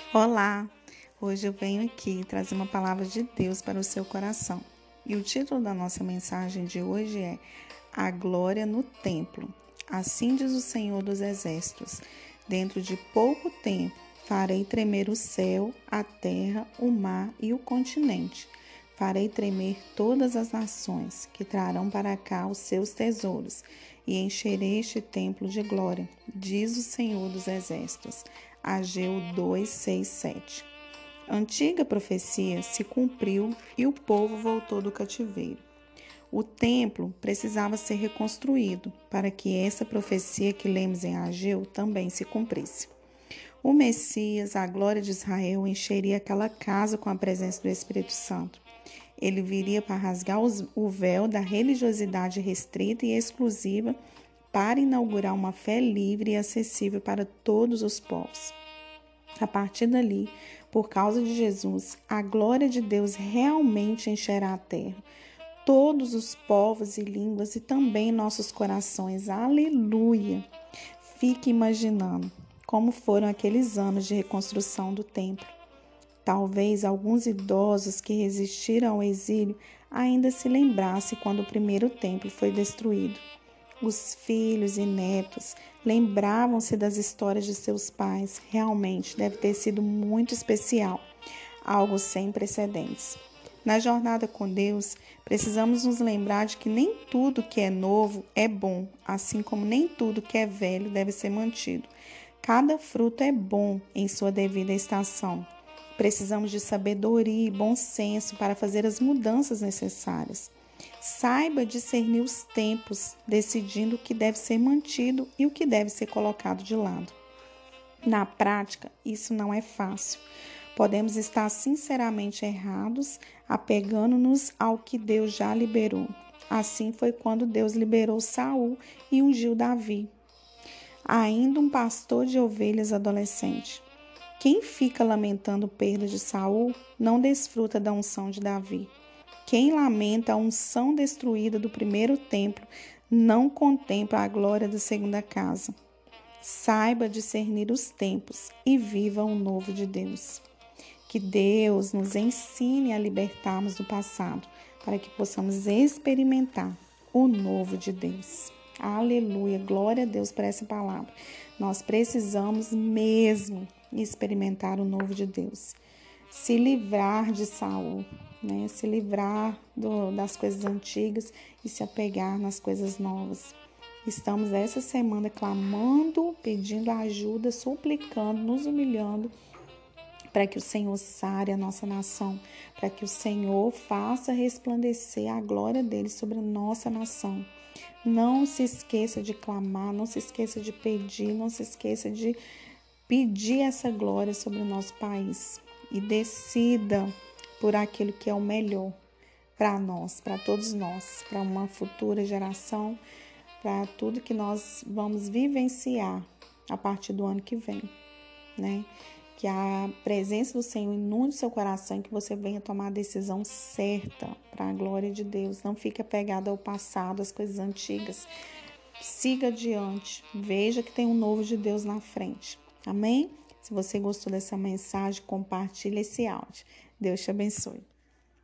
Olá! Hoje eu venho aqui trazer uma palavra de Deus para o seu coração. E o título da nossa mensagem de hoje é A Glória no Templo. Assim diz o Senhor dos Exércitos: dentro de pouco tempo farei tremer o céu, a terra, o mar e o continente. Farei tremer todas as nações, que trarão para cá os seus tesouros, e encherei este templo de glória, diz o Senhor dos Exércitos. Ageu 2, 6, 7. A antiga profecia se cumpriu e o povo voltou do cativeiro. O templo precisava ser reconstruído para que essa profecia que lemos em Ageu também se cumprisse. O Messias, a glória de Israel, encheria aquela casa com a presença do Espírito Santo. Ele viria para rasgar o véu da religiosidade restrita e exclusiva para inaugurar uma fé livre e acessível para todos os povos. A partir dali, por causa de Jesus, a glória de Deus realmente encherá a terra, todos os povos e línguas e também nossos corações. Aleluia! Fique imaginando como foram aqueles anos de reconstrução do templo. Talvez alguns idosos que resistiram ao exílio ainda se lembrassem quando o primeiro templo foi destruído. Os filhos e netos lembravam-se das histórias de seus pais. Realmente deve ter sido muito especial, algo sem precedentes. Na jornada com Deus, precisamos nos lembrar de que nem tudo que é novo é bom, assim como nem tudo que é velho deve ser mantido. Cada fruto é bom em sua devida estação. Precisamos de sabedoria e bom senso para fazer as mudanças necessárias. Saiba discernir os tempos, decidindo o que deve ser mantido e o que deve ser colocado de lado. Na prática, isso não é fácil. Podemos estar sinceramente errados, apegando-nos ao que Deus já liberou. Assim foi quando Deus liberou Saul e ungiu Davi, ainda um pastor de ovelhas adolescente. Quem fica lamentando perda de Saul não desfruta da unção de Davi. Quem lamenta a unção destruída do primeiro templo não contempla a glória da segunda casa. Saiba discernir os tempos e viva o novo de Deus. Que Deus nos ensine a libertarmos do passado, para que possamos experimentar o novo de Deus. Aleluia, glória a Deus por essa palavra. Nós precisamos mesmo experimentar o novo de Deus. Se livrar de Saul, se livrar das coisas antigas e se apegar nas coisas novas. Estamos essa semana clamando, pedindo ajuda, suplicando, nos humilhando para que o Senhor sare a nossa nação, para que o Senhor faça resplandecer a glória dele sobre a nossa nação. Não se esqueça de clamar, não se esqueça de pedir, não se esqueça de pedir essa glória sobre o nosso país. E decida por aquilo que é o melhor para nós, para todos nós, para uma futura geração, para tudo que nós vamos vivenciar a partir do ano que vem, Que a presença do Senhor inunde seu coração e que você venha tomar a decisão certa para a glória de Deus. Não fique apegado ao passado, às coisas antigas. Siga adiante, veja que tem um novo de Deus na frente. Amém? Se você gostou dessa mensagem, compartilhe esse áudio. Deus te abençoe.